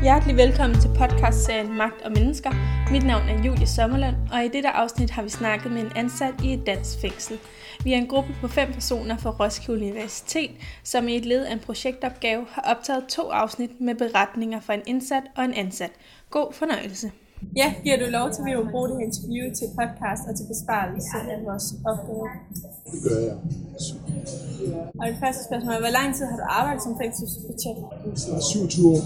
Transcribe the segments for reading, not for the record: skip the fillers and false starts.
Hjertelig velkommen til podcastserien Magt og Mennesker. Mit navn er Julie Sommerlund, og i dette afsnit har vi snakket med en ansat i et dansk fængsel. Vi er en gruppe på 5 personer fra Roskilde Universitet, som i et led af en projektopgave har optaget 2 afsnit med beretninger fra en indsat og en ansat. God fornøjelse. Ja, giver du lov til, at vi vil bruge det her interview til podcast og til besparelse af vores opgave? Det gør jeg. Og det første spørgsmål er, hvor lang tid har du arbejdet som fængselsbetjent? 27 år.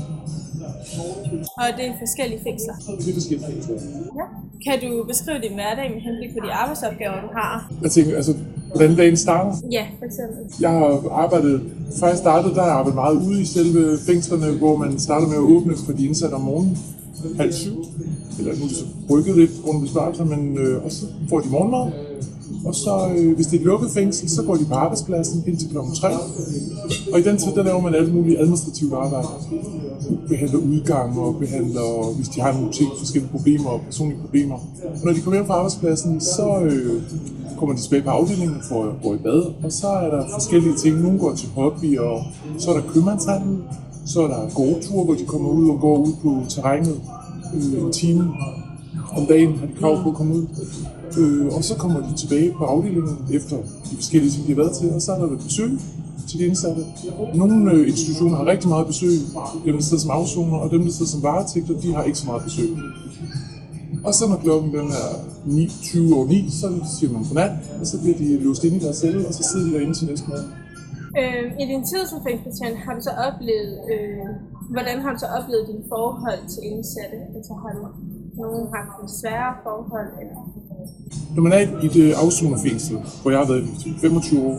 Og det er forskellige fængsler? Det er forskellige fængsler. Ja. Kan du beskrive din hverdag med henblik på de arbejdsopgaver, du har? Jeg tænker, hvordan dagen starter? Ja, for eksempel. Jeg har arbejdet, før jeg startede, der har jeg arbejdet meget ude i selve fængslerne, hvor man starter med at åbne for de indsatte om morgenen. 6:30, eller nu er det så rykket lidt rundt besparelser, men og så får de morgenmad. Og så, hvis det er et lukket fængsel, så går de på arbejdspladsen indtil kl. 3. Og i den tid, der laver man alt muligt administrativt arbejde. Behandler udgang og behandler, hvis de har nogle ting, forskellige problemer og personlige problemer. Og når de kommer hjem fra arbejdspladsen, så kommer de tilbage på afdelingen for at gå i bad. Og så er der forskellige ting. Nogle går til hobby, og så er der købmandshandel. Så er der gårdture, hvor de kommer ud og går ud på terrænet en time om dagen, har de krav på at komme ud. Og så kommer de tilbage på afdelingen efter de forskellige ting, de har været til, og så er der besøg til de indsatte. Nogle institutioner har rigtig meget besøg, dem der sidder som afsoner, og dem der sidder som varetægter, de har ikke så meget besøg. Og så når klokken den er 9:20, så siger man godnat, og så bliver de låst inde i deres celle, og så sidder de derinde til næste morgen. I din tid som fængselsbetjent har du så oplevet, hvordan har du så oplevet dine forhold til indsatte? Altså har du nogen haft svære forhold? Eller? Når man er i et afsonerfængsel, hvor jeg har været i 25 år,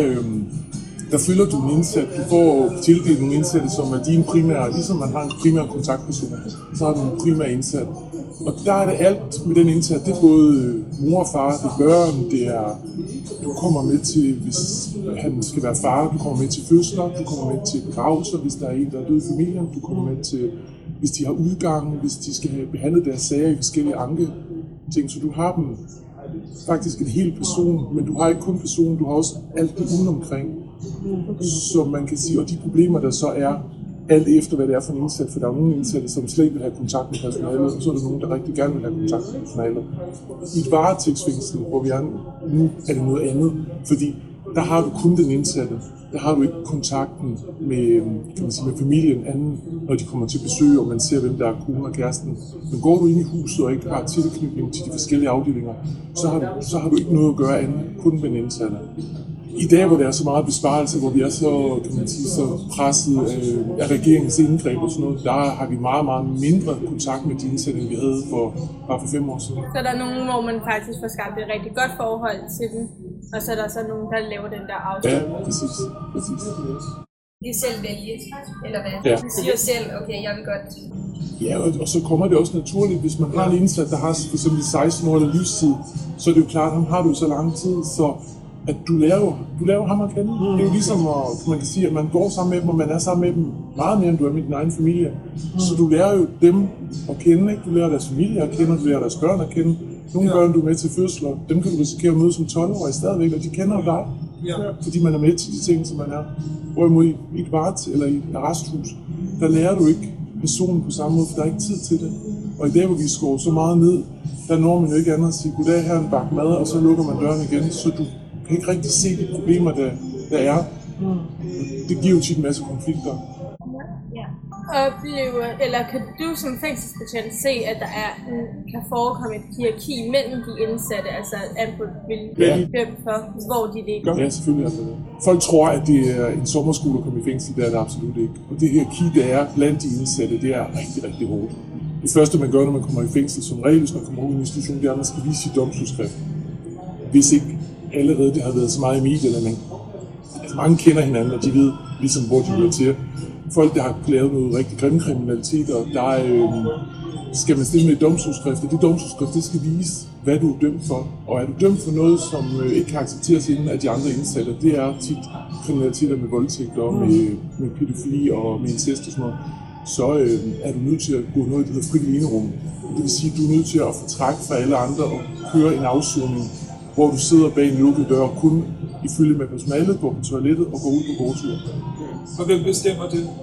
der følger du en indsat. Du får tildelt nogle indsatte, som er dine primære, ligesom man har en primær kontaktperson, så har du en primær indsat. Og der er det alt med den indsat. Det er både mor og far, det er børn, det er, du kommer med til, hvis han skal være far, du kommer med til fødsler, du kommer med til begravelser, hvis der er en, der er død i familien, du kommer med til, hvis de har udgang, hvis de skal have behandlet deres sager i forskellige anketing. Så du har dem faktisk en hel person, men du har ikke kun personen, du har også alt det udenomkring. Så man kan sige, og de problemer, der så er, alt efter hvad det er for en indsat, for der er nogle indsatte, som slet ikke vil have kontakt med personalet, og så er der nogen, der rigtig gerne vil have kontakt med personalet. I et varetægtsfængsel, hvor vi er nu, er det noget andet, fordi der har du kun den indsatte. Der har du ikke kontakten med, kan man sige, med familien anden, når de kommer til besøg, og man ser, hvem der er konen og kæresten. Men går du ind i huset og ikke har tilknytning til de forskellige afdelinger, så har du ikke noget at gøre andet, kun med den indsatte. I dag, hvor der er så meget besparelse, hvor vi er så, kan man sige, så presset af regeringens indgreb og sådan noget, der har vi meget, meget mindre kontakt med de indsatte, end vi havde bare for 5 år siden. Så der er nogen, hvor man faktisk får skabt et rigtig godt forhold til dem, og så er der så nogen, der laver den der aftale. Ja, præcis. De selv vælge, eller hvad? Ja. De siger selv, okay, jeg vil godt. Ja, og så kommer det også naturligt, hvis man har en indsat, der har for eksempel 16 år eller livstid, så er det jo klart, at ham har du så lang tid, så at du lærer ham at kende. Det er jo ligesom, man kan sige, at man går sammen med dem, og man er sammen med dem meget mere, end du er med din egen familie. Så du lærer jo dem at kende, ikke? Du lærer deres familie at kende, og du lærer deres børn at kende. Nogle børn, du er med til fødsler, dem kan du risikere at møde som 12-årige stadigvæk, og de kender jo dig, fordi man er med til de ting, som man er. Hvorimod i et eller i et arresthus, der lærer du ikke personen på samme måde, for der er ikke tid til det. Og i dag, hvor vi skår så meget ned, der når man jo ikke andet at sige, goddag, her er en bakke mad, og så lukker man døren igen, så du kan ikke rigtig se de problemer, der er. Det giver jo tit en masse konflikter. Eller kan du som fængselsbetjent se, at der kan forekomme et hierarki mellem de indsatte, altså at vil blive dømt for, hvor de ligger? Ja, selvfølgelig er det. Folk tror, at det er en sommerskole at komme i fængsel, det er det absolut ikke. Og det hierarki, der er blandt de indsatte, det er rigtig, rigtig hårdt. Det første, man gør, når man kommer i fængsel, som regel, hvis man kommer ud i en institution, det er, at man skal vise sit domsudskrift. Hvis ikke allerede det har været så meget i medierne, men mange kender hinanden, og de ved ligesom, hvor de hører til. Folk, der har lavet noget rigtig grimme kriminalitet, og der skal man stille med et domsudskrift, og det domsudskrift, det skal vise, hvad du er dømt for. Og er du dømt for noget, som ikke kan accepteres inden af de andre indsatte, det er tit kriminaliteter med voldtægter, med pædofili og med incest og sådan noget, så er du nødt til at gå noget, der hedder frit enerum. Det vil sige, at du er nødt til at få træk fra alle andre og køre en afsoning, hvor du sidder bag en lukket dør, kun ifølge med personalet, går på toilettet og går ud på gårdtur. Og hvem bestemmer det?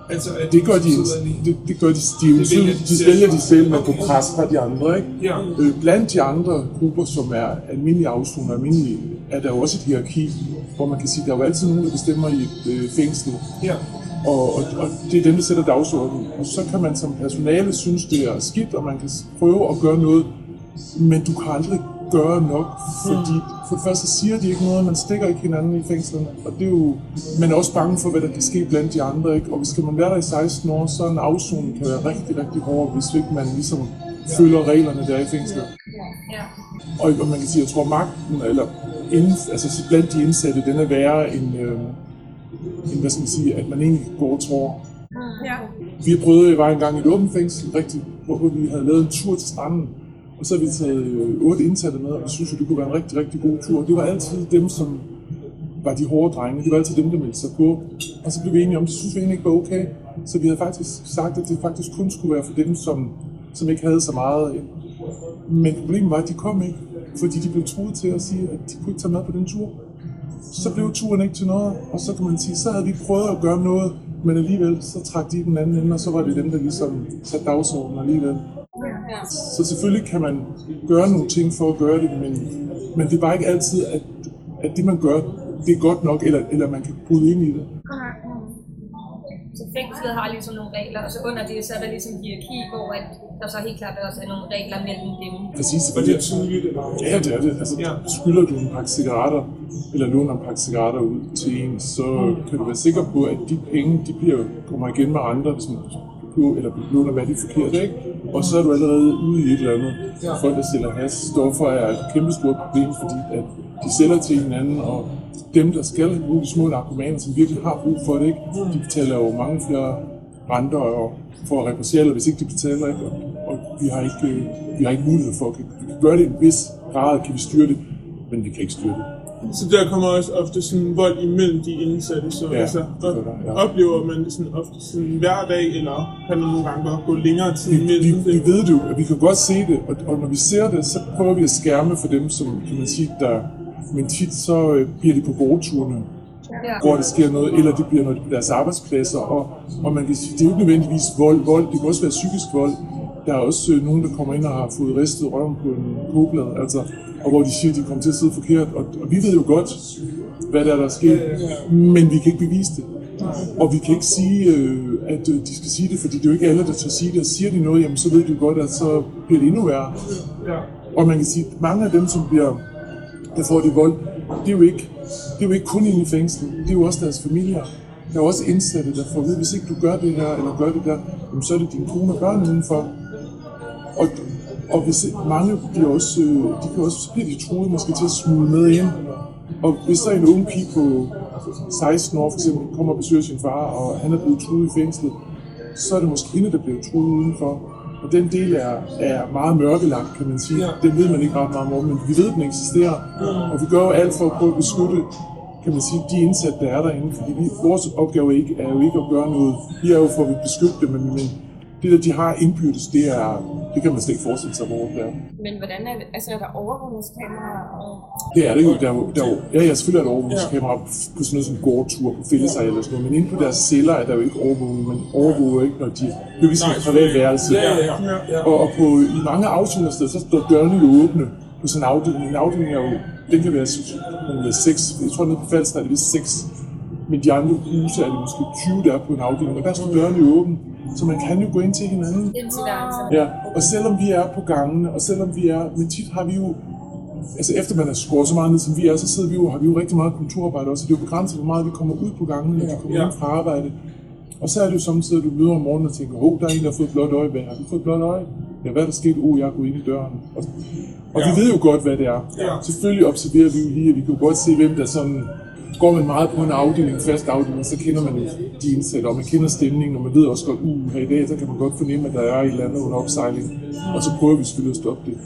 Altså, det gør de vælger de selv, man kan presse fra de andre, ikke? Ja. Blandt de andre grupper, som er almindelige afsoner, er der jo også et hierarki, hvor man kan sige, at der er jo altid nogen, der bestemmer i et fængsel. Ja. Og det er dem, der sætter dagsordenen. Og så kan man som personale synes, det er skidt, og man kan prøve at gøre noget, men du kan aldrig gøre nok, fordi for det første siger de ikke noget, man stikker ikke hinanden i fængslerne, og det er jo, man er også bange for, hvad der kan ske blandt de andre, ikke? Og hvis man være der i 16 år, så en afsoning kan være rigtig, rigtig hård, hvis ikke man ligesom følger reglerne der i fængslet. Og man kan sige, jeg tror magten, eller blandt de indsatte, den er værre end hvad skal man sige, at man egentlig går og tror. Ja. Vi har prøvet at være engang i et åbent fængsel, hvor vi havde lavet en tur til stranden, og så har vi taget 8 indsatte med, og vi synes jo, det kunne være en rigtig, rigtig god tur. Det var altid dem, som var de hårde drenge. Det var altid dem, der meldte sig på. Og så blev vi enige om, det synes vi egentlig ikke var okay. Så vi havde faktisk sagt, at det faktisk kun skulle være for dem, som ikke havde så meget. Men problemet var, at de kom ikke, fordi de blev truet til at sige, at de kunne ikke tage med på den tur. Så blev turen ikke til noget, og så kan man sige, så havde vi prøvet at gøre noget, men alligevel så trak de den anden ende, og så var det dem, der ligesom satte dagsordenen alligevel. Så selvfølgelig kan man gøre nogle ting for at gøre det, men det er bare ikke altid, at det man gør, det er godt nok, eller man kan bryde ind i det. Så fængslet har ligesom nogle regler, og så under det, så er der ligesom hierarki, hvor der så helt klart også er nogle regler mellem dem. Præcis. Og det er tydeligt. Ja, det er det. Altså, skylder du en pakke cigaretter, eller låner en pakke cigaretter ud til en, så kan du være sikker på, at de penge, de kommer igen med andre, hvis man eller låner hvad det er forkert, ikke? Og så er du allerede ude i et eller andet. Folk, der sælger stoffer, er et kæmpestort problem, fordi at de sælger til hinanden, og dem, der skal bruge de små narkomaner, som virkelig har brug for det, ikke? De betaler jo mange flere renter for at repassere, eller hvis ikke de betaler, ikke? Og vi har ikke mulighed for at vi kan gøre det i en vis grad, kan vi styre det, men vi kan ikke styre det. Så der kommer også ofte sådan vold imellem de indsatte, så oplever man det sådan ofte sådan hver dag, eller kan man nogle gange bare gå længere tid imellem? Vi ved det jo, at vi kan godt se det, og når vi ser det, så prøver vi at skærme for dem, som kan man sige, men tit så bliver de på gårdturene, hvor det sker noget, eller det bliver noget på deres arbejdspladser, og man kan sige, det er jo ikke nødvendigvis vold, det kan også være psykisk vold. Der er også nogen, der kommer ind og har fået ristet røven på en kogeplade, og hvor de siger, at de kommer til at sidde forkert, og vi ved jo godt, hvad der er sket, men vi kan ikke bevise det. Og vi kan ikke sige, at de skal sige det, fordi det er jo ikke alle, der tør sige det, og siger de noget, jamen så ved de jo godt, at så bliver det endnu værre. Og man kan sige, at mange af dem, der får det vold, det er jo ikke kun inde i fængslet, det er jo også deres familier. Der er også indsatte, der får at vide, hvis ikke du gør det her, eller gør det der, jamen, så er det din kone og børn udenfor. Og hvis mange bliver også, så bliver de truet måske til at smule med ind. Og hvis så en ung pige på 16 år for eksempel kommer og besøger sin far, og han er blevet truet i fængslet, så er det måske hende, der bliver truet udenfor. Og den del er meget mørkelagt, kan man sige. Den ved man ikke ret meget om, men vi ved, at den eksisterer. Og vi gør jo alt for at prøve at beskytte, kan man sige, de indsatte, der er derinde. Fordi vores opgave er jo ikke at gøre noget. Vi er jo for at beskytte dem, men det der, de har indbyrdes, det kan man slet ikke forestille sig, hvor det er. Men hvordan er det? Altså, er der overvågningskameraer? Det er det jo. Ja, selvfølgelig er der overvågningskameraer på sådan noget som gårdtur på fælleseje eller sådan noget. Men inde på deres celler er der jo ikke overvågning. Man overvåger ikke, når de er ligesom et privat værelse. Og i mange afsonersteder, så står dørene jo åbne på sådan en afdeling. En afdeling er jo, den kan være 6. Jeg tror, nede på Falster er det vist 6. Men de andre huse er det måske 20, der er på en afdeling. Og der står dørene jo åbne. Så man kan jo gå ind til hinanden. Ja, og selvom vi er på gangene, og selvom vi er, men tit har vi jo, altså efter man er skåret så meget ned, som vi er, så sidder vi jo, har vi jo rigtig meget kontorarbejde også, så det er jo begrænset, hvor meget vi kommer ud på gangene, når vi kommer ind fra arbejde. Og så er det jo samtidig, at du møder om morgenen og tænker, der er en, der har fået et blåt øje. Hvad har du fået et blåt øje? Ja, hvad er der sket? Jeg er gået ind i døren. Og vi ved jo godt, hvad det er. Selvfølgelig observerer vi jo lige, at vi kan godt se, hvem der sådan. Går man meget på en afdeling, fast afdeling, så kender man jo de indsatte, og man kender stemningen, og man ved også godt, her i dag, så kan man godt fornemme, at der er et eller andet under opsejling, og så prøver vi selvfølgelig at stoppe det.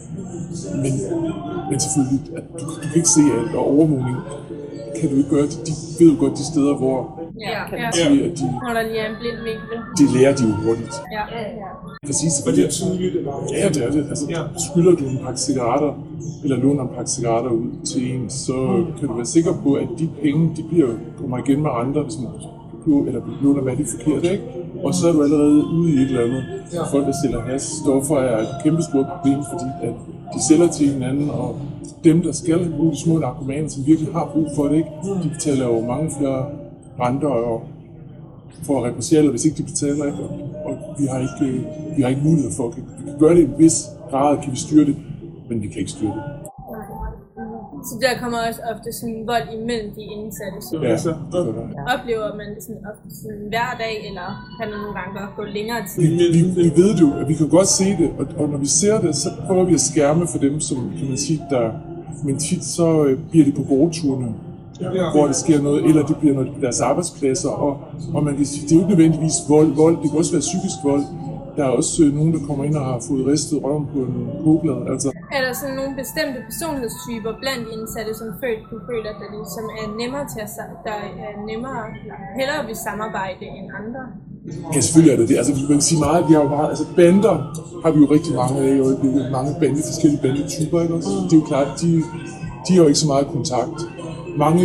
Men selvfølgelig, at du kan ikke se alt, og overvågning kan du ikke gøre det. De ved jo godt de steder, hvor kan man sige, at når der lige er en blind vinkel. De lærer de jo hurtigt. Præcis. Og det er tydeligt. Ja, det er det. Altså, skylder du en pakke cigaretter, eller låner en pakke cigaretter ud til en, så kan du være sikker på, at de penge, de kommer igen med andre, hvis man eller låner hvad det er forkert, ikke? Og så er du allerede ude i et eller andet. Folk, der sælger stoffer, er et kæmpe stort problem, fordi at de sælger til hinanden, og dem, der skal bruge de små narkomaner, som virkelig har brug for det, ikke? De betaler jo mange flere renter for at repassere, eller hvis ikke de betaler, ikke? Og vi har ikke mulighed for at vi kan gøre det i en vis grad, kan vi styre det, men vi kan ikke styre det. Så der kommer også ofte sådan vold imellem de indsatte. Så oplever man det sådan ofte sådan hver dag, eller kan det nogle gange godt gå længere tid? Vi ved det jo, at vi kan godt se det, og når vi ser det, så prøver vi at skærme for dem, som kan man sige, men tit så bliver de på gårdturene, hvor det sker noget, eller det bliver noget på deres arbejdspladser, og man kan sige, det er jo ikke nødvendigvis vold, det kan også være psykisk vold. Der er også nogen, der kommer ind og har fået ristet røven på en kogeplade. Altså. Er der sådan nogle bestemte personlighedstyper blandt de indsatte, som du føler, at som er nemmere til at hellere vil samarbejde end andre? Ja, selvfølgelig er det det. Altså, man kan sige meget, vi har jo meget, altså bander har vi jo rigtig mange af i øjeblikket. Mange forskellige bandetyper, ikke også? Det er jo klart, de har jo ikke så meget kontakt. Mange,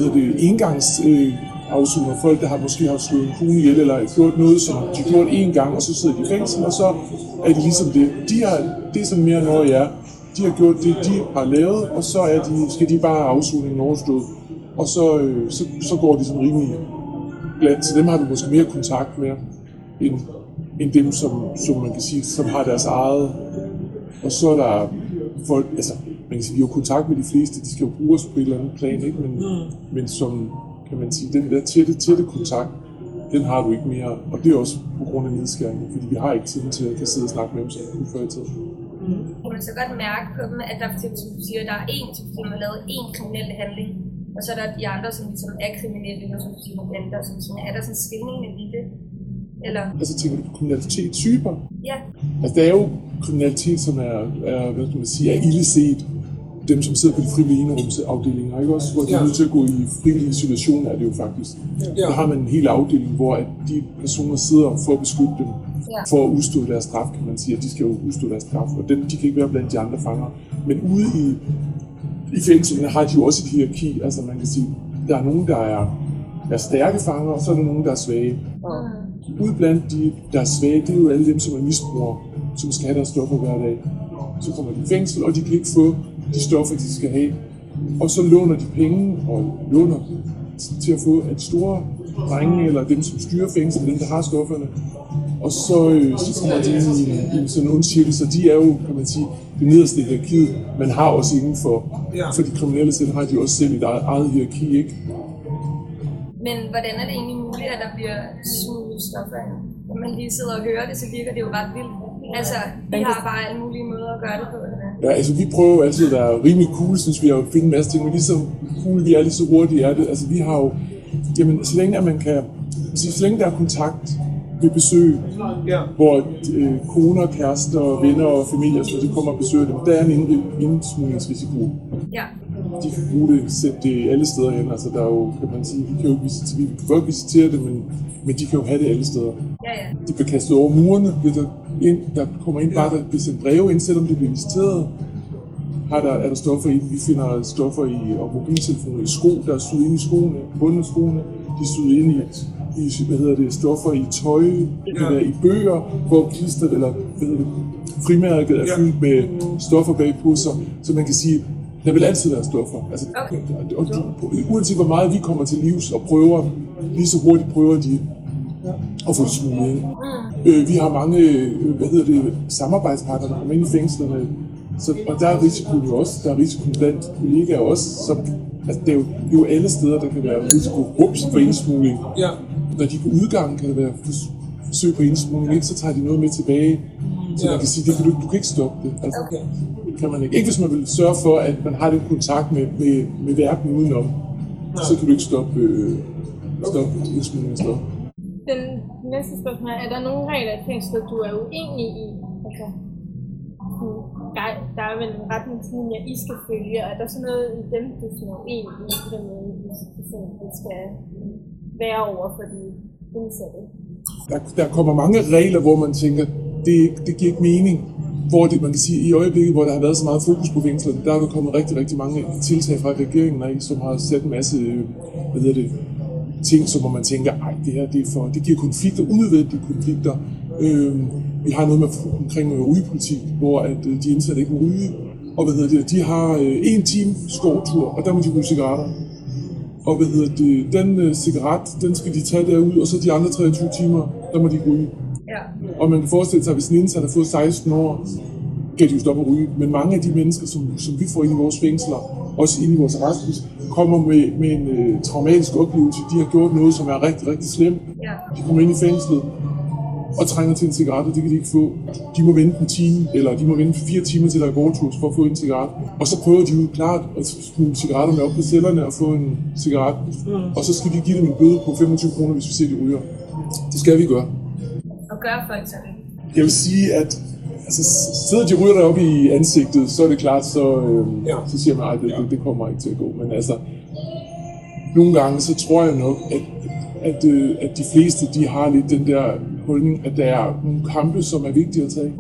afsoner folk, der har måske har slået en kone ihjel, eller gjort noget, som de har gjort én gang, og så sidder de i fængsel, og så er det ligesom det. Det er sådan mere noget, de har gjort det, de har lavet, og så skal de bare have afsoningen overstået. Og så går de sådan rimelig blandt. Så dem har vi måske mere kontakt med, end dem, som man kan sige, som har deres eget. Og så er der folk, altså man kan sige, vi har kontakt med de fleste, de skal jo bruge os på et eller andet plan, ikke? Men som kan man sige, den der tætte kontakt, den har du ikke mere, og det er også på grund af nedskæringen, fordi vi har ikke tiden til at sidde og snakke med dem, som vi kunne før i tiden. Kan man så godt mærke på dem, at der for eksempel, som du siger, der er en, som har lavet én kriminel handling, og så er der de andre, som ligesom er kriminelle, og som du siger, bander, som er der sådan en skilning i det? Eller? Altså tænker du på kriminalitetstyper? Ja. Altså der er jo kriminalitet, som er hvad skal man sige, er illeset. Dem, som sidder på de frivillige enerumsafdelinger, ikke også? Hvor de er nødt til at gå i frivillig isolation, er det jo faktisk. Der har man en hel afdeling, hvor at de personer sidder for at beskytte dem, for at udstå deres straf, kan man sige, at de skal jo udstå deres straf, og de kan ikke være blandt de andre fanger. Men ude i fængslerne har de jo også et hierarki, altså man kan sige, der er nogen, der er stærke fanger, og så er der nogen, der er svage. Ude blandt de, der er svage, det er jo alle dem, som er misbrugere, som skal have deres stoffer hver dag. Så kommer de i fængsel, og de kan ikke få de stoffer, de skal have. Og så låner de penge og låner til at få et store drenge, eller dem, som styrer fængslet, dem, der har stofferne. Og så kommer de ind i en sådan ond cirkel, så de er jo, kan man sige, det nederste hierarkiet. Man har også inden for de kriminelle selv, har de også selv et eget hierarki, ikke? Men hvordan er det egentlig muligt, at der bliver smuglet stoffer ind? Når man lige sidder og hører det, så virker det jo ret vildt. Altså, vi har bare alle mulige måder at gøre det på. Eller? Ja, altså vi prøver altid at være rimelig cool, synes vi, at finde en masse ting, men lige så cool vi er, lige så hurtigt er det. Altså vi har jo, jamen så længe at man kan, så længe der er kontakt ved besøg, hvor koner, kærester, venner og familier, så de kommer og besøger dem, der er en indsmuglingsrisiko. Ja. De kan bruge det, sætte det alle steder hen, altså der er jo, kan man sige, vi kan godt visitere det, men de kan jo have det alle steder. De bliver kastet over murene, der kommer ind bare, der bliver sendt breve ind, selvom det bliver visiteret. Er der stoffer i, vi finder stoffer i og mobiltelefoner i sko, der er syet ind i skoene, bunden af skoene, de er syet ind i stoffer i tøj, det kan være i bøger, hvor klister eller frimærket er fyldt med stoffer bagpå, så man kan sige, der vil altid være stoffer. Altså, og uanset hvor meget vi kommer til livs og prøver, lige så hurtigt prøver de at få det smuglet ind. Vi har mange samarbejdspartnere, der kommer ind i fængslerne, og der er risikoen jo også, der er risikoen blandt kollegaer også, altså det er jo alle steder, der kan være risiko for indsmugling. Når de er på udgangen, kan det være forsøg på indsmugling, ikke? Så tager de noget med tilbage, så man kan sige, du kan ikke stoppe det. Altså, kan man ikke. Ikke hvis man vil sørge for, at man har den kontakt med verden udenom, så kan du ikke stoppe indsmugling af stof. Den næste spørgsmål er der nogle regler i fængslet, du er uenig i? Altså, der er vel en retningslinje, I skal følge, og er der sådan noget i dem, du er uenig i, på den måde, det skal være over for de indsatte? Der kommer mange regler, hvor man tænker, det giver ikke mening. Hvor det, man kan sige, i øjeblikket, hvor der har været så meget fokus på fængslerne, der er der kommet rigtig, rigtig mange tiltag fra regeringen, som har sat en masse ting, som hvor man tænker, det giver konflikter, unødvendige konflikter. Vi har noget omkring rygepolitik, hvor at de indsatte ikke må ryge, og de har 1 time skovtur, og der må de ryge cigaretter. Og den cigaret, den skal de tage derud, og så de andre 23 timer, der må de ryge. Ja. Og man kan forestille sig, at hvis en indsat har fået 16 år, kan de jo stoppe at ryge. Men mange af de mennesker, som vi får ind i vores fængsler, også inde i vores arresthus, kommer med en traumatisk oplevelse. De har gjort noget, som er rigtig, rigtig slemt. Ja. De kommer ind i fængslet og trænger til en cigaret, og det kan de ikke få. De må vente en time, eller de må vente 4 timer til der er gårdtur for at få en cigaret. Og så prøver de jo klart at smule cigaretterne op på cellerne og få en cigaret. Og så skal vi give dem en bøde på 25 kroner, hvis vi ser, de ryger. Det skal vi gøre. Og gøre folk så det? Jeg vil sige, at sidder de ryger deroppe i ansigtet, så er det klart, så siger man, at det kommer ikke til at gå. Men nogle gange, så tror jeg nok, at de fleste, de har lidt den der holdning, at der er nogle kampe, som er vigtige at tage.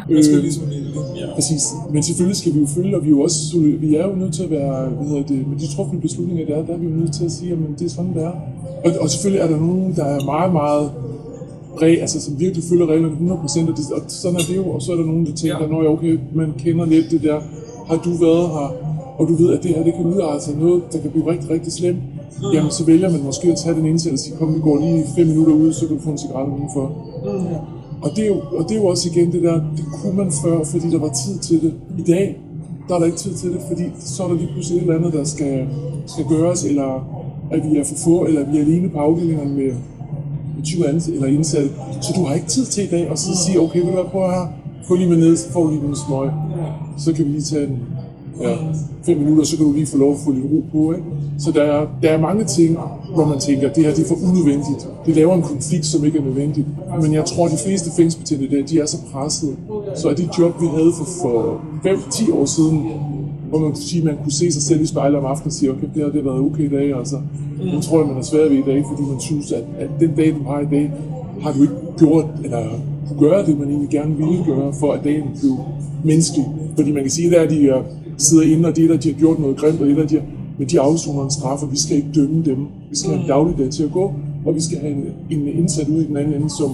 Præcis. Men selvfølgelig skal vi jo følge, og vi er jo nødt til at være, med de trufne beslutninger, der er vi jo nødt til at sige, at det er sådan, det er. Og selvfølgelig er der nogen, der er meget, meget som virkelig følger reglerne 100%, og sådan er det jo, og så er der nogen, der tænker, okay, man kender lidt det der, har du været her, og du ved, at det her, det kan udarte sig noget, der kan blive rigtig, rigtig slemt, jamen så vælger man måske at tage den indsats og sige, kom, vi går lige 5 minutter ud, så kan du få en cigaret udenfor. Og det er jo også igen det der, det kunne man før, fordi der var tid til det. I dag, der er der ikke tid til det, fordi så er der lige pludselig et eller andet, der skal gøres, eller at vi er for få, eller at vi er alene på afdelingerne med 20 ansatte eller indsatte, så du har ikke tid til i dag at sige, okay, vil du prøve her, gå lige med ned, så får du lige en smøg, så kan vi lige tage den 5 minutter, så kan du lige få lov at få lidt ro på, ikke? Så der er mange ting, hvor man tænker, det her det er for unødvendigt. Det laver en konflikt, som ikke er nødvendigt. Men jeg tror, at de fleste fængselsbetjente i dag, de er så pressede, så er det job, vi havde for 5-10 år siden, hvor man kunne sige, at man kunne se sig selv i spejlet om aftenen og sige, okay, det har været okay i dag, altså. Den tror jeg, man er svær ved i dag, fordi man synes, at den dag, du har i dag, har du ikke gjort, eller kunne gøre det, man egentlig gerne ville gøre, for at dagen blev menneskelig. Fordi man kan sige, at de sidder inde, og det er der, de har gjort noget grimt, og det er der, men de afsoner en straf, og vi skal ikke dømme dem. Vi skal have en dagligdag til at gå, og vi skal have en indsat ude i den anden ende, som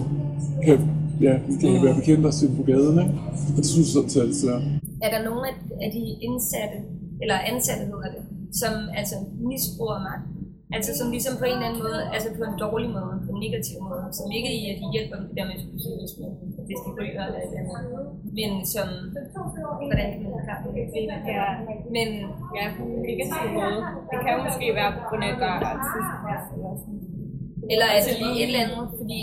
vi kan være bekendt os til på gaden, ikke? Og det synes jeg sådan, er det svært. Er der nogen af de indsatte, eller ansatte hedder det, som altså misbruger magt? Altså som ligesom på en eller anden måde, altså på en dårlig måde, på en negativ måde, som ikke i, at de hjælper med det der med socialisme, hvis de ryger eller et eller andet, men som, hvordan kan man forklare det? Ja, men på en negativ måde. Det kan jo måske være på grund af, at der er tidspres eller sådan. Eller er det lige et eller andet, fordi...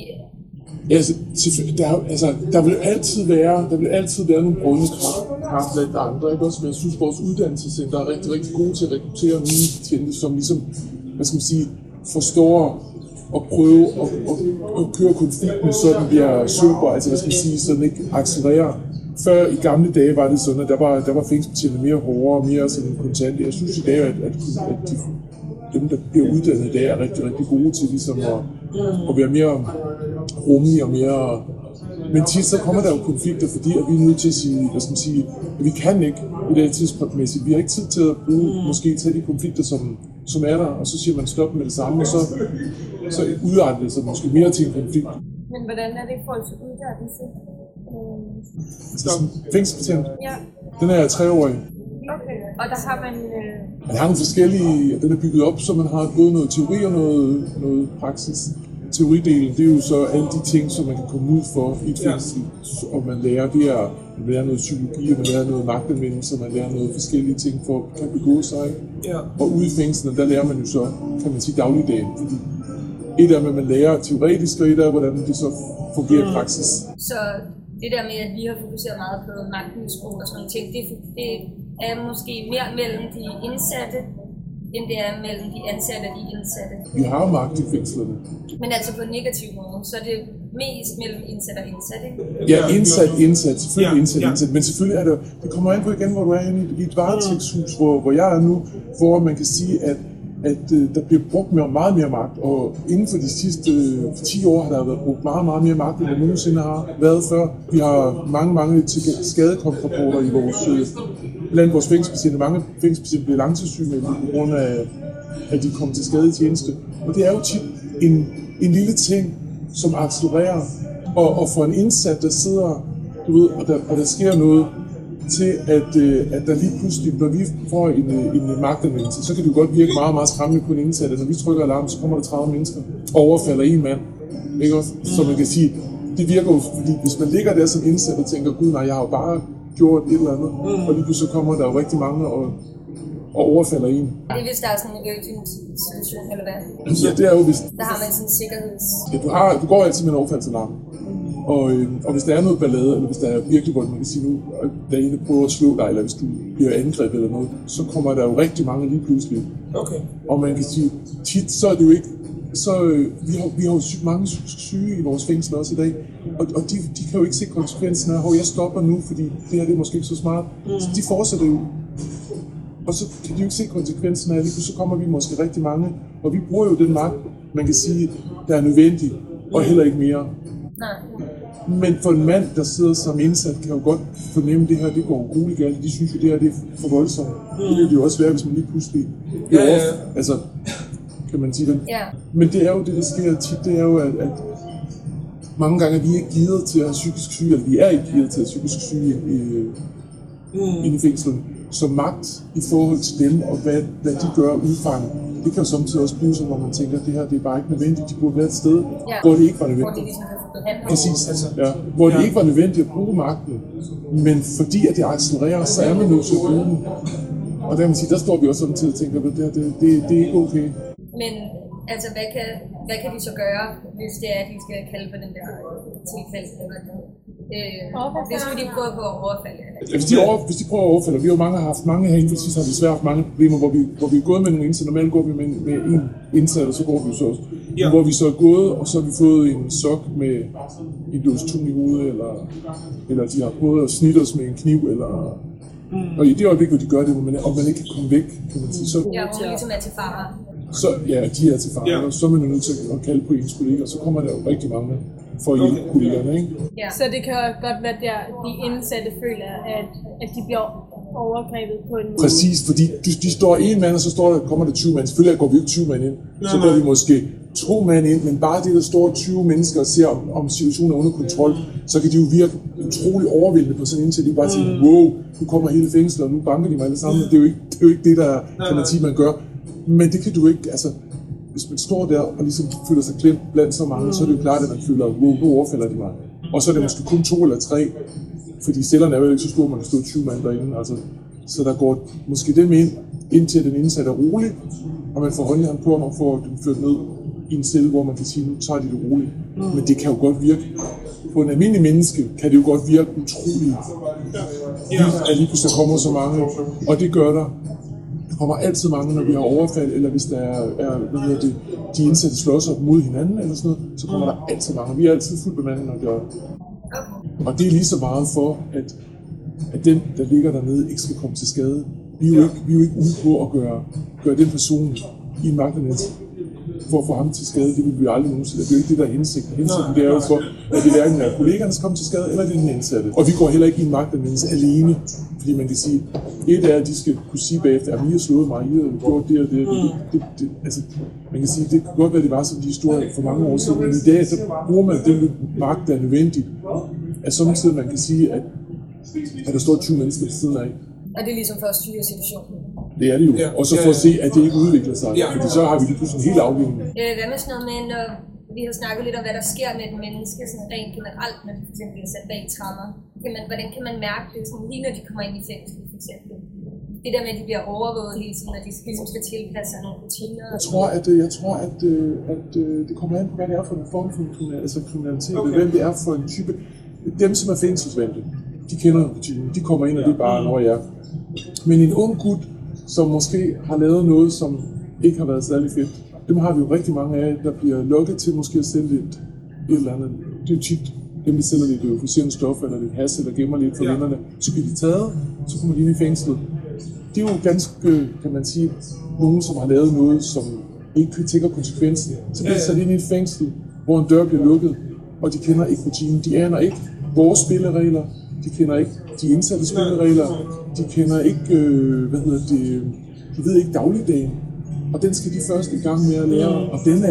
Der vil altid være nogle brudne kræfter blandt andre, ikke også? Men jeg synes, vores uddannelsescenter er rigtig, rigtig gode til at rekruttere nye betjente, som ligesom, forstår og prøve at køre konflikten, så den bliver super, så den ikke accelererer. Før i gamle dage var det sådan, at der var fængselsbetjente mere hårdere og mere sådan kontante. Jeg synes i dag, at dem, der bliver uddannet i dag, er rigtig, rigtig gode til ligesom at være mere rummelige og mere... Men tit så kommer der jo konflikter, fordi at vi er nødt til at sige, at vi kan ikke i dag tidspunktmæssigt. Vi har ikke tid til at bruge, måske tage de konflikter, som er der, og så siger man stop med det samme, og så udarter det sig måske mere til en konflikt. Men hvordan er det i forhold til uddannelse? Fængselsbetjent? Ja. Den er 3-årig. Okay, og der har man... Man har nogle forskellige, den er bygget op, så man har både noget teori og noget praksis. Teoridelen, det er jo så alle de ting, som man kan komme ud for i et fængsel, og man lærer noget psykologi, og man lærer noget magtanvendelse, man lærer noget forskellige ting for at kan begå sig. Ja. Og ude i fængslerne, der lærer man jo så, kan man sige, dagligdagen, fordi et af, hvad man lærer teoretisk, og et af, hvordan det så fungerer i praksis. Så det der med, at vi har fokuseret meget på magtmisbrug og sådan nogle ting, det er måske mere mellem de indsatte, end det er mellem de ansatte og de indsatte. Vi har magt i fængslerne. Men altså på en negativ måde, så er det mest mellem indsat og indsat, ikke? Ja, indsat, selvfølgelig indsat. Men selvfølgelig er det kommer an på igen, hvor du er i et varetægtshus, hvor jeg er nu, hvor man kan sige, at der bliver brugt meget mere magt, og inden for de sidste 10 år har der været brugt meget mere magt, end der nogensinde har været før. Vi har mange skadekomstrapporter i blandt vores fængselsbetjente. Mange fængselsbetjente bliver langtidssygemeldte på grund af at de kommer til skade i tjeneste. Og det er jo tit en lille ting, som accelererer, og for en indsat, der sidder, du ved, og der sker noget, til at der lige pludselig, når vi får en magtanvendelse, så kan det jo godt virke meget, meget skræmmende på en indsat, at når vi trykker alarm, så kommer der 30 mennesker og overfalder en mand. Ikke også? Så man kan sige, det virker jo, fordi hvis man ligger der som indsat og tænker, gud nej, jeg har jo bare gjort et eller andet, og lige pludselig kommer der jo rigtig mange og overfalder en. Det er hvis der er sådan en urgent situation, eller hvad? Ja, det er jo hvis... Der har man sådan en sikkerheds... Ja, du går altid med en overfaldsalarm. Og hvis der er noget ballade, eller hvis der er virkelig, hvor man kan sige nu, at der er en, der prøver at slå dig, eller hvis du bliver angrebet eller noget, så kommer der jo rigtig mange lige pludselig. Okay. Og man kan sige, tit så er det jo ikke, vi har jo mange syge i vores fængsel også i dag, og de kan jo ikke se konsekvensen af, jeg stopper nu, fordi det her det er måske ikke så smart. Så de fortsætter jo. Og så kan de jo ikke se konsekvensen af det, så kommer vi måske rigtig mange, og vi bruger jo den magt, man kan sige, der er nødvendig, og heller ikke mere. Nej. Men for en mand, der sidder som indsat, kan jo godt fornemme, at det her det går uroligt galt. De synes jo, det her det er for voldsomt. Det vil det jo også være, hvis man lige pludselig bliver altså, kan man sige det. Men det er jo det, der sker tit, det er jo, at mange gange er vi ikke givet til at have psykisk syge, eller vi er ikke givet til at have psykisk syge inde i fængslen. Så magt i forhold til dem, og hvad de gør udfange, det kan jo samtidig også blive sådan, hvor man tænker, at det her det er bare ikke nødvendigt. De burde være et sted, hvor det ikke var nødvendigt. Hvor det ligesom kan få behandling. Præcis, ja. Hvor det ikke var nødvendigt at bruge magten. Men fordi at det accelererer, så er man nødt til at bruge den. Og der, man sige, der står vi også sådan til at tænke, at det er ikke okay. Men altså, hvad kan de så gøre, hvis det er, at de skal kalde på den der tilfælde? Det skulle de prøve på at overfalde. Hvis de prøver at overfalde, vi har haft mange herinde, for har vi svært haft mange problemer, hvor vi er gået med nogle indsatte. Normalt går vi med en indsat, og så går vi så også. Ja. Hvor vi så er gået, og så har vi fået en sok med en dåse tun i hovedet, eller de har prøvet at snitte os med en kniv, eller... Og i det øjeblik, hvor de gør det, og man ikke kan komme væk, kan man sige. Så, ja, hvor man ligesom er til fare. Så, ja, de er til fare, og så er man nødt til at kalde på ens kolleger, så kommer der jo rigtig mange for at hjælpe kollegerne, ikke? Ja. Så det kan godt være, at de indsatte føler, at de bliver overgrebet på en måde. Præcis, fordi de står en mand, og så kommer der 20 mand. Selvfølgelig går vi ikke 20 mand ind. Så går vi måske 2 mand ind, men bare det, der står 20 mennesker og ser, om situationen er under kontrol, så kan de jo virke utrolig overvældende på sådan en til. De bare siger, wow, nu kommer hele fængslet, og nu banker de mig alle sammen. Det er jo ikke det, der kan man sige, man gør. Men det kan du ikke, altså, hvis man står der og ligesom føler sig klemt blandt så mange, så er det jo klart, at man føler, wow, nu overfalder de mig. Og så er det måske kun 2 eller 3, fordi cellerne er jo ikke så store, man kan stå 20 mand derinde. Altså, så der går måske dem ind, indtil den indsatte er rolig, og man får håndjern på ham og får dem ført ned i en celle, hvor man kan sige, nu tager de det roligt. Men det kan jo godt virke. På en almindelig menneske kan det jo godt virke utroligt, at lige pludselig kommer så mange, og det gør der. Der kommer altid mange, når vi har overfald, eller hvis der er de indsatte slås op mod hinanden, eller sådan noget, så kommer der altid mange. Vi er altid fuldt bemandet, når det gør. Og det er lige så meget for, at den, der ligger dernede, ikke skal komme til skade. Vi er jo ikke ude på at gøre den person i en magtanvendelse for at få ham til skade. Det vil vi aldrig nogensinde. Det er jo ikke det, der er hensigten. Hensigten det er jo for, at det hverken er kollegerne, der kommer til skade, eller det er den indsatte. Og vi går heller ikke i en magtanvendelse alene. Fordi man kan sige, et er, at de skal kunne sige bagefter, at I har slået mig, I har gjort det og det. Altså, man kan sige, det kan godt være, det var sådan de historier for mange år siden, men i dag, så bruger man den magt, der er nødvendig. At samtidig man kan sige, at der står 20 mennesker ved siden af. Og det er ligesom for at styre situationen. Det er det jo. Og så for at se, at det ikke udvikler sig. Fordi så har vi lige pludselig en helt afdeling. Hvad med sådan noget med, når vi har snakket lidt om, hvad der sker med et menneske, sådan rent generelt, når de for eksempel bliver sat bag tremmer. Hvordan kan man mærke det, sådan, lige når de kommer ind i fængsel, for eksempel? Det der med, at de bliver overvåget hele tiden, og de ligesom skal tilpasse sig nogle rutiner. Jeg tror, at det kommer an på, hvad det er for en form for kriminalitet. Okay. Hvem det er for en type. Dem, som er fængselsvante, de kender rutinen. De kommer ind, og det er bare, når jeg er. Men en ung gut, som måske har lavet noget, som ikke har været særlig fedt, dem har vi jo rigtig mange af, der bliver lukket til måske at sælge et eller andet. Det er jo tit, dem der sælger lidt euforiserende stoffer, eller lidt hash, eller gemmer lidt for vennerne. Så bliver de taget, så kommer de ind i fængslet. Det er jo ganske, kan man sige, nogen, som har lavet noget, som ikke tænker konsekvensen. Så bliver de sat ind i et fængsel, hvor en dør bliver lukket, og de kender ikke rutinen. De aner ikke vores spilleregler, de kender ikke de indsatte spilleregler, de kender ikke, de ved ikke dagligdagen. Og den skal de først i gang med at lære, og den er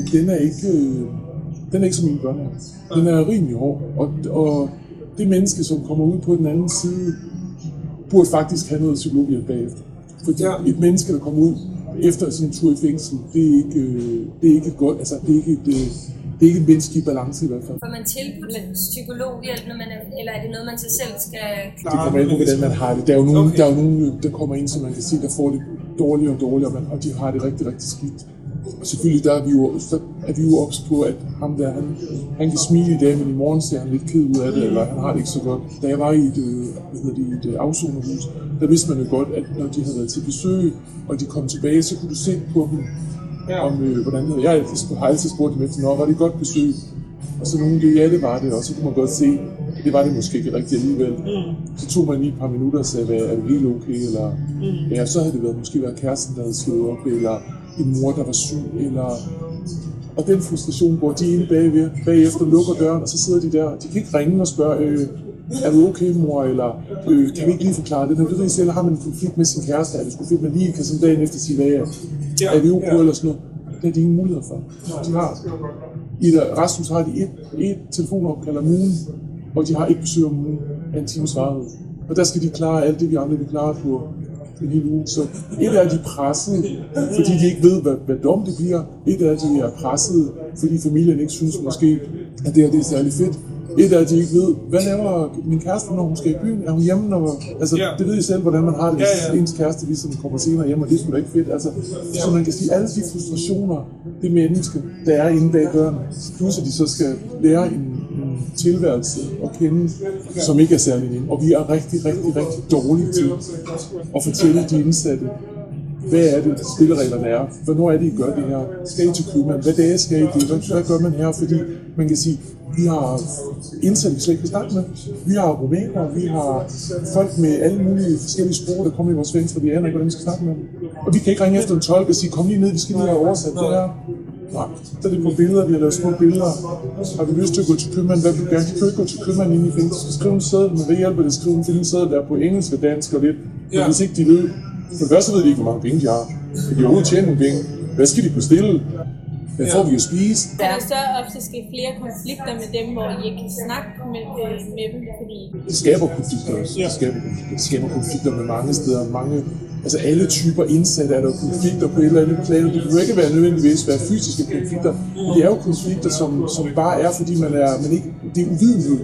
ikke som en børnehave. Den er rimelig hård, og det menneske, som kommer ud på den anden side, burde faktisk have noget psykologhjælp bagefter. Fordi et menneske, der kommer ud efter sin tur i fængsel, det er ikke godt, altså det er ikke en menneskelig balance i hvert fald. Får man tilbudt psykologhjælp, eller er det noget, man selv skal klare? Det kommer an på, hvordan man har det. Der er jo nogen, der kommer ind, som man kan sige, der får det dårligere og dårligere, og de har det rigtig, rigtig skidt. Og selvfølgelig der er vi jo ops på, at ham der, han kan smile i dag, men i morgen ser han lidt ked ud af det, eller han har det ikke så godt. Da jeg var i et afsonerhus, der vidste man jo godt, at når de havde været til besøg, og de kom tilbage, så kunne du se på dem, om hvordan det var. Jeg har altid spurgt dem efter, var det et godt besøg? Og så nogen, det var det, og så kunne man godt se, at det var det måske ikke rigtigt alligevel. Så tog man lige et par minutter og sagde, er det helt okay, eller så havde det måske været kæresten, der havde slået op, eller en mor, der var syg, og den frustration, hvor de inde bagefter lukker døren, og så sidder de der, de kan ikke ringe og spørge, er du okay, mor, eller kan vi ikke lige forklare det? Når du ved selv, har man en konflikt med sin kæreste, er det skulle fedt, man lige kan sådan dagen efter sige, er vi okay, eller sådan noget? Det er de ingen muligheder for. De har, i et resthus har de et telefonopkald om ugen, og de har ikke besøg om ugen af en times varighed. Og der skal de klare alt det, vi andre vil klare på en hel uge. Så et er, at de er presset, fordi de ikke ved, hvad dom det bliver. Et er, at de er presset, fordi familien ikke synes måske, at det er særlig fedt. Et er, at de ikke ved, hvad laver min kæreste, når hun skal i byen? Er hun hjemme? Det ved I selv, hvordan man har det, hvis ens kæreste ligesom kommer senere hjem, og det er sgu da ikke fedt. Så man kan sige, alle de frustrationer, det menneske, der er inde bag døren, plus at de så skal lære en tilværelse at kende, som ikke er særlig nem. Og vi er rigtig, rigtig, rigtig dårlige til at fortælle de indsatte, hvad er det, spillereglerne er? Hvornår er det, I gør det her? Skal I til købmand? Hvad dage skal I det? Hvad gør man her? Fordi man kan sige, vi har indsatte, vi slet ikke kan snakke med. Vi har rumænere, vi har folk med alle mulige forskellige sprog, der kommer i vores fængsel, vi aner ikke, hvordan vi skal snakke med dem. Og vi kan ikke ringe efter en tolk og sige, kom lige ned, vi skal lige have oversat det her. Nej, så er det på billeder, vi har lavet små billeder. Har vi lyst til at gå til købmand? Hvad vil du gerne? De kan ikke gå til købmand inde i fængsel. Du skal skrive en seddel, men hvad hjælper det at skrive en seddel der på engelsk og dansk og lidt. Men hvis ikke de ved, for det første ved de ikke, hvor mange penge de har. De har overhovedet tjent nogle penge. Hvad skal de bestille? Hvad får vi at spise? Der er så ofte ske flere konflikter med dem, hvor I ikke kan snakke med dem, fordi... Det skaber konflikter også. Det skaber konflikter med mange steder. Altså alle typer indsatte er der konflikter på et eller andet plan. Det kan jo ikke være nødvendigvis være fysiske konflikter. Men det er jo konflikter, som bare er, fordi man ikke... Det er uvidenhed.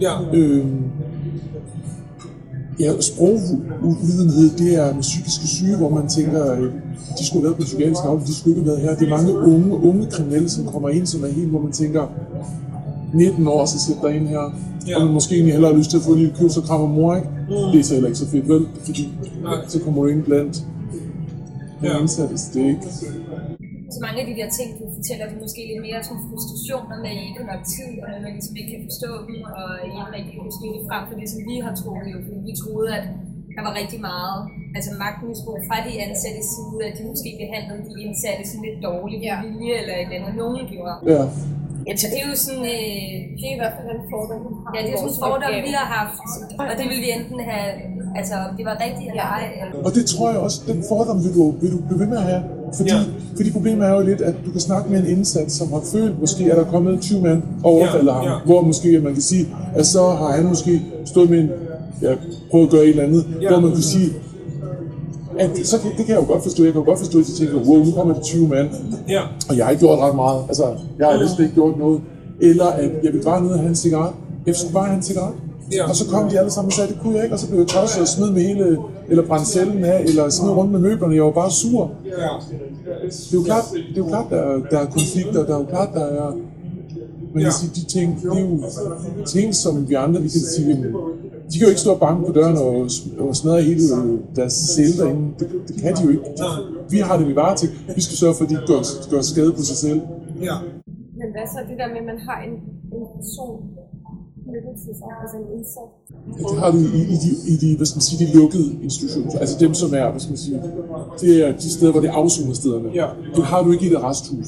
Sproguvidenhed, det er med psykiske syge, hvor man tænker, de skulle have været på psykiatrisk afdeling, de skulle ikke have været her. Det er mange unge kriminelle, som kommer ind, som er helt, hvor man tænker, 19 år, så sidder der ind her, og man måske egentlig hellere har lyst til at få en lille køb, så krammer mor, ikke? Det er så heller ikke så fedt, vel? Fordi så kommer du ind blandt indsatte, det er ikke... Så mange af de der ting, du fortæller, det måske lidt mere som frustrationer med, at I ikke har nok tid, og at man ligesom ikke kan forstå dem, og I ikke rigtig kan stille det frem for det, som vi har troet. Fordi vi troede, at der var rigtig meget magtmisbrug fra de ansatte side, at de måske behandlede de indsatte sådan lidt dårligt på vilje, eller et eller andet, nogen gjorde. Ja. Så det er jo sådan... det er i hvert fald en fordom, vi har. Ja, det er sådan en fordom, vi har haft, og det vil vi enten have... Altså, om det var rigtigt eller ej. Og det tror jeg også, den fordom vil du blive ved med at have. Fordi problemet er jo lidt, at du kan snakke med en indsat, som har følt, måske er der kommet 20 mand og overfalder ham. Hvor måske man kan sige, at så har han måske stået med en... prøvet at gøre et eller andet, hvor man kan sige... At, så det kan jeg jo godt forstå. Jeg kan jo godt forstå, at de tænker, wow, nu kommer det 20 mand. Og jeg har ikke gjort ret meget. Altså, jeg har næsten ikke gjort noget. Eller at jeg vil bare ned og have en cigaret. Jeg skulle bare have en cigaret. Og så kom de alle sammen og sagde, det kunne jeg ikke, og så blev jeg tosset og smidt med hele, eller brændt cellen af, eller smidt rundt med møblerne. Jeg var bare sur. Det er jo klart, der er konflikter, der er jo klart, der er... Man kan sige, de ting, det er jo ting, som vi andre, vi kan sige, de kan jo ikke stå og banke på døren og smadre hele deres celle derinde. Det kan de jo ikke. Vi har det, vi varer til. Vi skal sørge for, at de ikke gør skade på sig selv. Men hvad så det der med, at man har en person, altså en indsat? Det har du i de, hvad skal man sige, de lukkede institutioner. Altså dem, som er, hvad skal man sige, det er de steder, hvor det er afsonerstederne. Det har du ikke i et arresthus.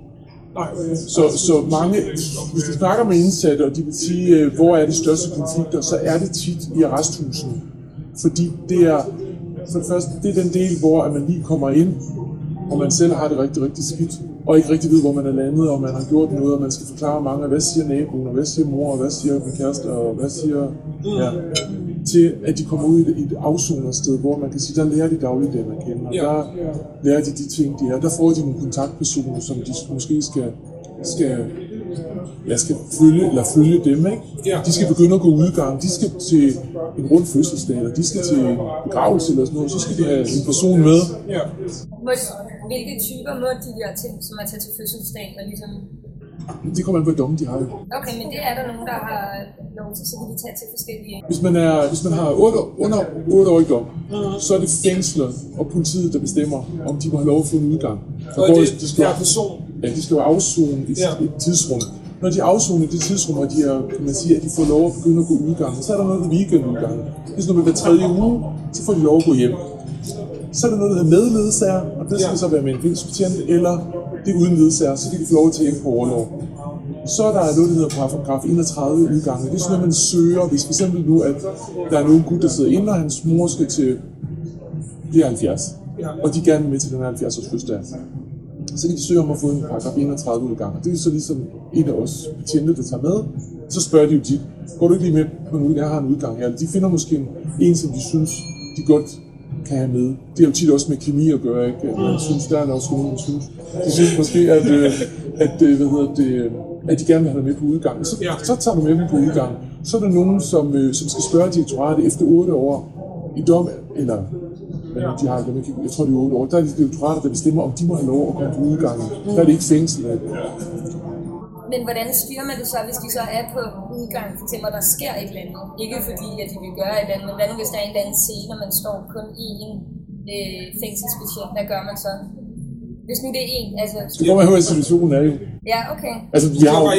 Så mange, hvis du snakker med indsatte, og de vil sige, hvor er de største konflikter, så er det tit i arresthusene. Fordi det er, for det første, det er den del, hvor man lige kommer ind, og man selv har det rigtig, rigtig skidt, og ikke rigtig ved, hvor man er landet, og man har gjort noget, og man skal forklare mange, hvad siger naboen, og hvad siger mor, og hvad siger min kæreste, og hvad siger... Ja, til at de kommer ud i et afsonersted, hvor man kan sige, der lærer de dagligdagen at kende, og der lærer de ting, de er. Der får de nogle kontaktpersoner, som de måske skal følge dem, ikke? Ja. De skal begynde at gå udgang, de skal til en rund fødselsdag, eller de skal til en begravelse eller sådan noget, så skal de have en person med. Ja. Hvilke typer må de der ting, som at tage til fødselsdag og ligesom... Det kommer an på, hvor dumme de har jo. Okay, men det er der nogen, der har lov til, så kan de tage til forskellige... Hvis man har under 8 år i dom, så er det fængsler og politiet, der bestemmer, om de må have lov at få en udgang. Og det skal være person? Ja, de skal jo afzone et tidsrum. Når de afzoner i det tidsrum, og kan man sige, at de får lov at begynde at gå udgang, så er der noget, der weekendudgang. Det er sådan noget med hver 3. uge, så får de lov at gå hjem. Så er der noget, der hedder medledsager, og det skal så være med en fængselsbetjent, eller det er uden ledsager, så kan de få lov at tage hjem på overlov. Så er der noget, der hedder paragraf 31 udgange. Det er sådan noget, man søger, hvis for eksempel nu, at der er nogen gut, der sidder inde, og hans mor skal til blive 70, og de gerne vil med til den 70-års fødselsdag. Så kan de søge om at få en paragraf 31 udgang. Det er så ligesom en af os betjente, der tager med. Så spørger de jo tit, går du ikke lige med på en udgang? Jeg har en udgang her. De finder måske en, som de synes, de godt kan have med. Det er jo tit også med kemi at gøre, ikke? Man synes, der er også nogen, der synes. De synes måske, at de gerne vil have dig med på udgangen. Så tager du med dem på udgangen. Så er der nogen, som skal spørge direktoratet efter 8 år i dom, eller de har, jeg tror det er 8 år, der er det direktoratet, der bestemmer, om de må have lov at komme på udgangen. Der er det ikke fængsel. Men hvordan styrer man det så, hvis de så er på udgang, for eksempel, der sker et eller andet? Ikke fordi, at de vil gøre et eller andet, men hvad nu, hvis der er en eller anden scene, og man står kun i en fængselsbetjent, hvad gør man så? Hvis nu det er en, altså... Det kommer an på, hvad situationen er jo. Ja, okay. Altså,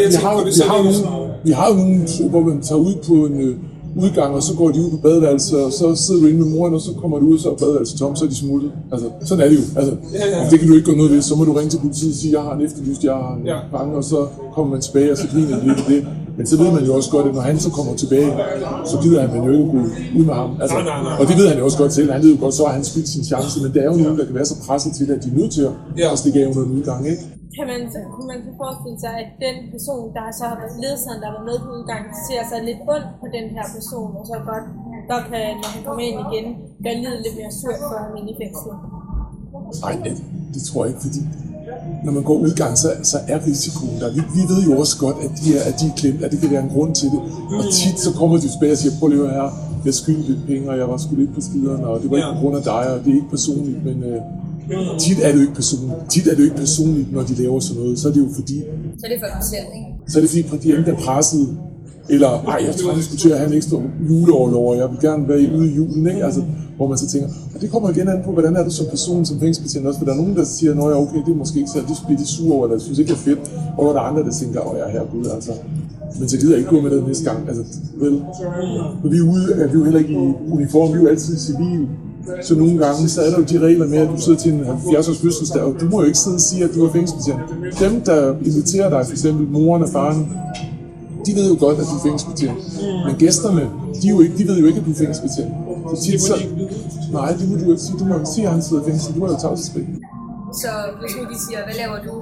vi har jo nogle, hvor man tager ud på en udgang, og så går de ud på badeværelset, og så sidder du inde med moren, og så kommer du ud, og så er badeværelset tom, så er de smuttet. Altså, sådan er det jo. Altså, det kan du ikke gå noget ved. Så må du ringe til politiet og sige, jeg har en efterlyst, jeg har en bange, og så kommer man tilbage, og så griner de lidt af det. Men så ved man jo også godt, at når han så kommer tilbage, så gider han jo ikke gå ud med ham. Altså, og det ved han jo også godt selv. Han ved jo godt, så har han spildt sin chance, men der er jo nogen, der kan være så presset til, at de er nødt til at stikke af under en udgang, ikke? Kunne man så forestille sig, at den person, der så har været ledsageren, der var med på udgangen, ser sig lidt ondt på den her person, og så godt kan, når han kommer ind igen, gøre livet lidt mere surt for ham inde i fængslet? Nej, det tror jeg ikke, fordi når man går udgang, så er risikoen der. Vi ved jo også godt, at de er klemt, at det kan være en grund til det. Og tit så kommer de tilbage og siger, prøv lige at høre her, jeg skyldte lidt penge, og jeg var sgu lidt på skiderne, og det var ikke på grund af dig, og det er ikke personligt, men tit er det jo ikke personligt, når de laver sådan noget, så er det jo fordi... Så er det for dem selv, ikke? Så er det fordi, de enten er presset, eller jeg tror, jeg skulle til at have en ekstra juleoverlov, og jeg vil gerne være ude i julen, ikke? Altså, hvor man så tænker, og det kommer igen an på, hvordan er du som person, som fængselsbetjent også, for der er nogen, der siger, nå ja, okay, det er måske ikke så, det bliver de sure over, eller synes ikke, det er fedt, og der er andre, der tænker, herregud, altså, men så gider jeg ikke gå med det næste gang, altså, vel, når vi er ude, er vi jo heller ikke i uniform, vi er jo altid civil, så nogle gange, så er der jo de regler med, at du sidder til en 70-års fødselsdag, og du må jo ikke sidde og sige, at du er fængselsbetjent. Dem, der inviterer dig, for eksempel moren og faren, de ved jo godt, at du er fængselsbetjent. Men gæsterne, de ved jo ikke, at du er fængselsbetjent. Så nej, det må du ikke sige. Du må ikke sige, at han sidder i fængsel. Du har jo tavshedspligt. Så hvis nu de siger, hvad laver du?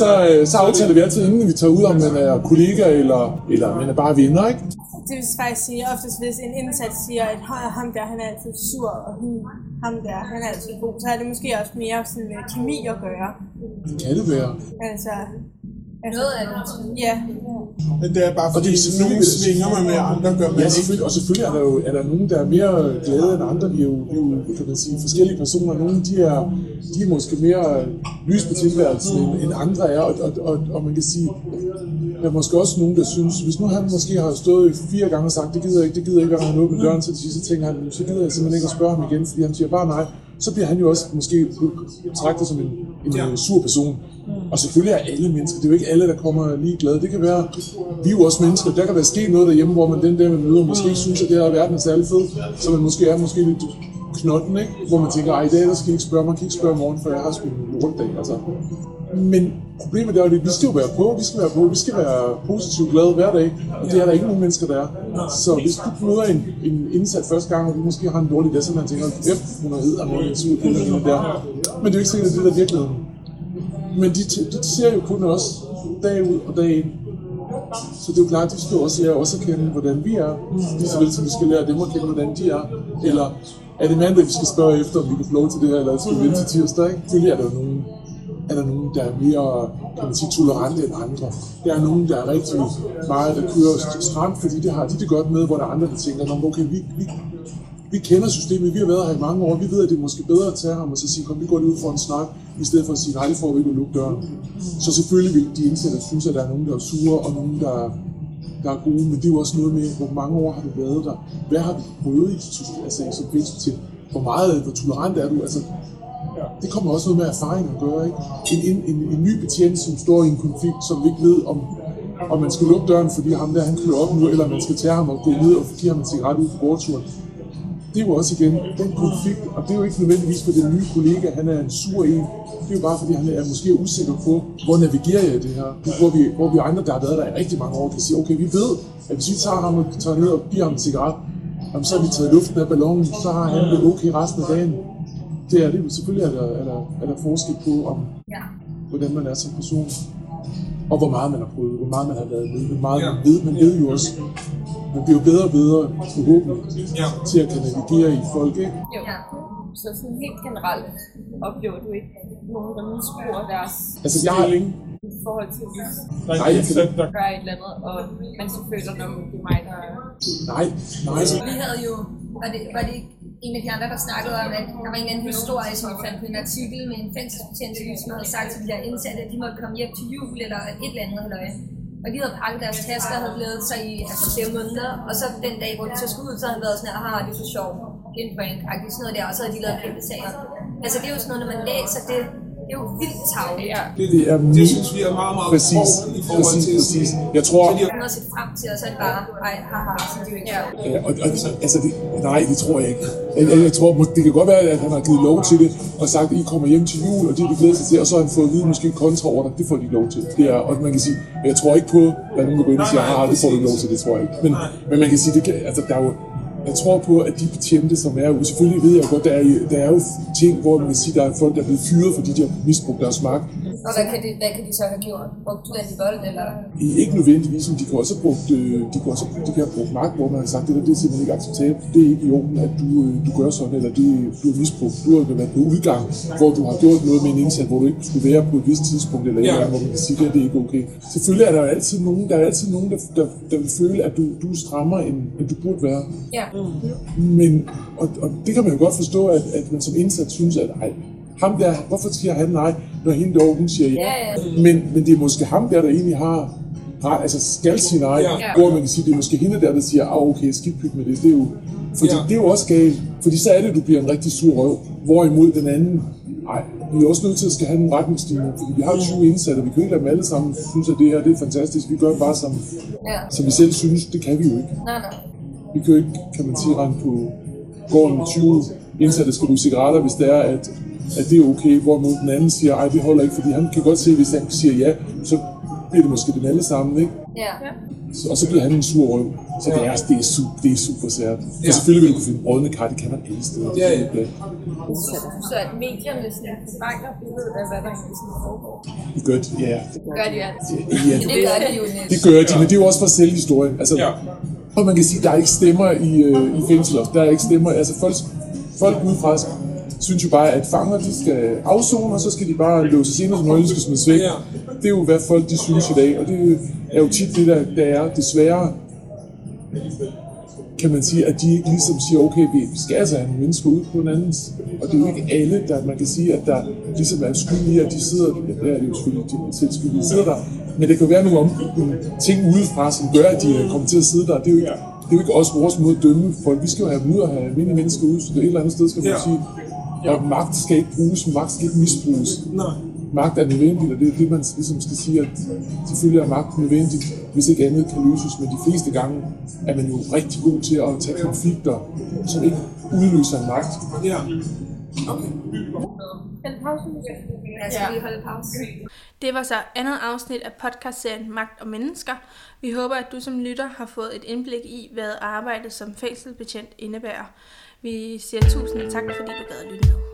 Så aftaler vi altid, inden vi tager ud, om man er kollega eller man er bare venner, ikke? Det vil faktisk sige, oftest hvis en indsat siger, at ham der, han er altid sur, og ham der, han er altid god, så er det måske også mere sådan med kemi at gøre. Det kan det være. Altså noget af det. Ja. Men det er bare fordi, nogen svinger man med, andre gør man ikke. Og selvfølgelig er der nogen, der er mere glade end andre. Vi er jo, kan man sige, forskellige personer. Nogle, de er måske mere lys på tilværelsen, end andre er. Og man kan sige, der er måske også nogen, der synes, hvis nu han måske har stået 4 gange og sagt, det gider jeg ikke, og han åbner døren til det sidste, så tænker han, så gider jeg simpelthen ikke at spørge ham igen, fordi han siger bare nej. Så bliver han jo også måske betragtet som en sur person. Og selvfølgelig er alle mennesker, det er jo ikke alle, der kommer lige glade. Det kan være, vi er jo også mennesker, der kan være sket noget derhjemme, hvor man den der man møder, måske ikke synes, at det her verden er særlig fed, så man måske er lidt knolden, ikke? Hvor man tænker, i dag der skal I ikke spørge, man kan ikke spørge i morgen, for jeg har sgu en lortedag, altså. Men problemet er jo, at vi skal jo være på, vi skal være positivt glade hver dag, og det er der ikke nogen mennesker, der er. Så hvis du møder en indsat første gang, og du måske har en dårlig dag, så man tænker, hun har eddermame sur på den der. Men det er jo ikke sikkert, at det er virkeligheden. Men de ser jo kun os dag ud og dag ind. Så det er jo klart, at de skal også lære os at kende, hvordan vi er. Lige så vel som vi skal lære dem at kende, hvordan de er. Eller er det mandag, vi skal spørge efter, om vi kan få lov til det her, eller skal vi vente til tirsdag? Selvfølgelig er der nogen, der er mere, kan man sige, tolerante end andre. Der er nogen, der er rigtig meget, der kører stramt, fordi det har de det godt med, hvor der er andre, der tænker, okay, vi kender systemet, vi har været her i mange år, vi ved, at det er måske bedre at tage ham og så sige, kom, vi går lige ud for en snak, i stedet for at sige, nej, det får vi ikke at lukke døren. Så selvfølgelig vil de indsatte synes, at der er nogen, der er sure, og nogen, der er gode, men det er jo også noget med, hvor mange år har du været der? Hvad har du prøvet i som fængsel? Hvor tolerant er du? Altså, det kommer også noget med erfaring at gøre, ikke? En ny betjent, som står i en konflikt, som vi ikke ved, om man skal lukke døren, fordi ham der, han kører op nu, eller man skal tage ham og gå ned og give ham en cigaret ud på gårdturen. Det er jo også igen den konflikt, og det er jo ikke nødvendigvis for den nye kollega, han er en sur en. Det er jo bare fordi, han er måske usikker på, hvor navigerer jeg det her. Hvor vi andre, der har været der i rigtig mange år, kan sige, okay, vi ved, at hvis vi tager ham og tager ned og giver ham en cigaret, så har vi taget luften af ballonen, så har han det okay resten af dagen. Det er det jo. Selvfølgelig er der forskel på, hvordan man er som person. Og hvor meget man har prøvet, hvor meget man har været med, hvor meget man ved. Man ved jo også, man bliver jo bedre og bedre forhåbentlig til at kan navigere i folk, ikke? Jo. Så sådan helt generelt oplever du ikke nogen, der misbruger deres stilling i forhold til hvis der gør et eller andet, og man så føler, at det er mig, der... Nej. Vi havde jo, var det en af de andre, der snakkede om, at der var en anden historie, som vi fandt på en artikel med en fængselsbetjent, som havde sagt til de der indsatte, at de måtte komme hjem til jul eller et eller andet halløj. Og de havde pakket deres tasker og havde glædet sig i flere måneder, og så den dag, hvor de så skulle ud, så havde de været sådan her, det er så sjovt, en prank-agtigt, sådan noget der, og så havde de lavet kæmpe sager. Altså det er jo sådan noget, når man læser det, det er jo vildt tarveligt. Ja. Det synes vi er meget, meget præcis. Jeg tror... Så de har set frem til, og så er det bare, haha, så det er jo ikke nej, det tror jeg ikke. Jeg tror, det kan godt være, at han har givet lov til det, og sagt, at I kommer hjem til jul, og det vil glæde sig til, og så har han fået at vide, måske kontraorder, det får de lov til. Det er, og man kan sige, jeg tror ikke på, at nogen går ind og siger, det får du lov til, det tror jeg ikke. Men man kan sige, der er jo... Jeg tror på, at de betjente, som er jo, selvfølgelig ved jeg godt, der er jo ting, hvor man kan sige, der er folk, der er blevet fyret, fordi de har misbrugt deres magt. Og hvad kan de så have gjort? Brugt antivold, eller? Ikke nødvendigvis, men de kan også have brugt magt, hvor man har sagt, det er simpelthen ikke acceptabelt. Det er ikke i orden, at du gør sådan, eller du har misbrugt. Du har været på udgang, hvor du har gjort noget med en indsat, hvor du ikke skulle være på et vist tidspunkt, eller hvor man kan sige, at det er ikke okay. Selvfølgelig er der altid nogen, der vil føle, at du er strammere, end du burde være. Ja. Men, og det kan man jo godt forstå, at man som indsat synes, at ham der, hvorfor siger han nej, når hende derovre, hun siger ja. Men det er måske ham der egentlig har skal sige nej, hvor man kan sige, det er måske hende der siger, okay, skidt pyt med det, det er jo, fordi det er jo også galt, fordi så er det, du bliver en rigtig sur røv, hvorimod den anden, vi er også nødt til at skal have nogle retningslinjer, fordi vi har 20 indsatte, vi kan ikke lade dem alle sammen synes, at det her det er fantastisk, vi gør det bare sammen, som vi selv synes, det kan vi jo ikke. Nej. Vi kan jo ikke, kan man sige, rende på gården med 20 indsatte, skal du cigaretter, hvis det er, at det er okay, hvorimod den anden siger, det holder ikke, fordi han kan godt se, hvis han siger ja, så bliver det måske den alle sammen, ikke? Ja. Og så bliver han en sur røv. Så det er super sært. For selvfølgelig vil du kunne finde brødende kar, det kan man alle steder. Så at medierne fejler billedet af, hvad der egentlig foregår? Det gør de, ja. Gør de altså? Ja, det gør de jo. Det gør de, men det er jo også for selvhistorien. Altså, og man kan sige, at der er ikke stemmer i fængsler. Der er ikke stemmer, altså folk udefra synes jo bare, at fanger, de skal afzone, og så skal de bare låses ind, og så nøglen skal smides væk. Det er jo, hvad folk de synes i dag, og det er jo tit det, der er desværre, kan man sige, at de ikke ligesom siger, okay, vi skal altså have nogle mennesker ud på en anden. Og det er jo ikke alle, der man kan sige, at der ligesom er skyldige, at de sidder, der er det jo selvfølgelig de selv skyldige, de sidder der. Men det kan være nogle ting udefra, som gør, at de kommer til at sidde der. Det er jo ikke også vores måde at dømme folk. Vi skal jo have dem ud og have almindelige mennesker ud, så det er et eller andet sted, skal man sige. Og magt skal ikke bruges, magt skal ikke misbruges. magt er nødvendigt, og det er det, man ligesom skal sige, at selvfølgelig er magt nødvendigt, hvis ikke andet kan løses, men de fleste gange er man jo rigtig god til at tage konflikter, som ikke udløser en magt. Ja. Okay. En pause? Ja, så vi holder pause. Det var så andet afsnit af podcastserien Magt og Mennesker. Vi håber, at du som lytter har fået et indblik i, hvad arbejdet som fængselsbetjent indebærer. Vi siger tusind tak, fordi du gad at lytte med.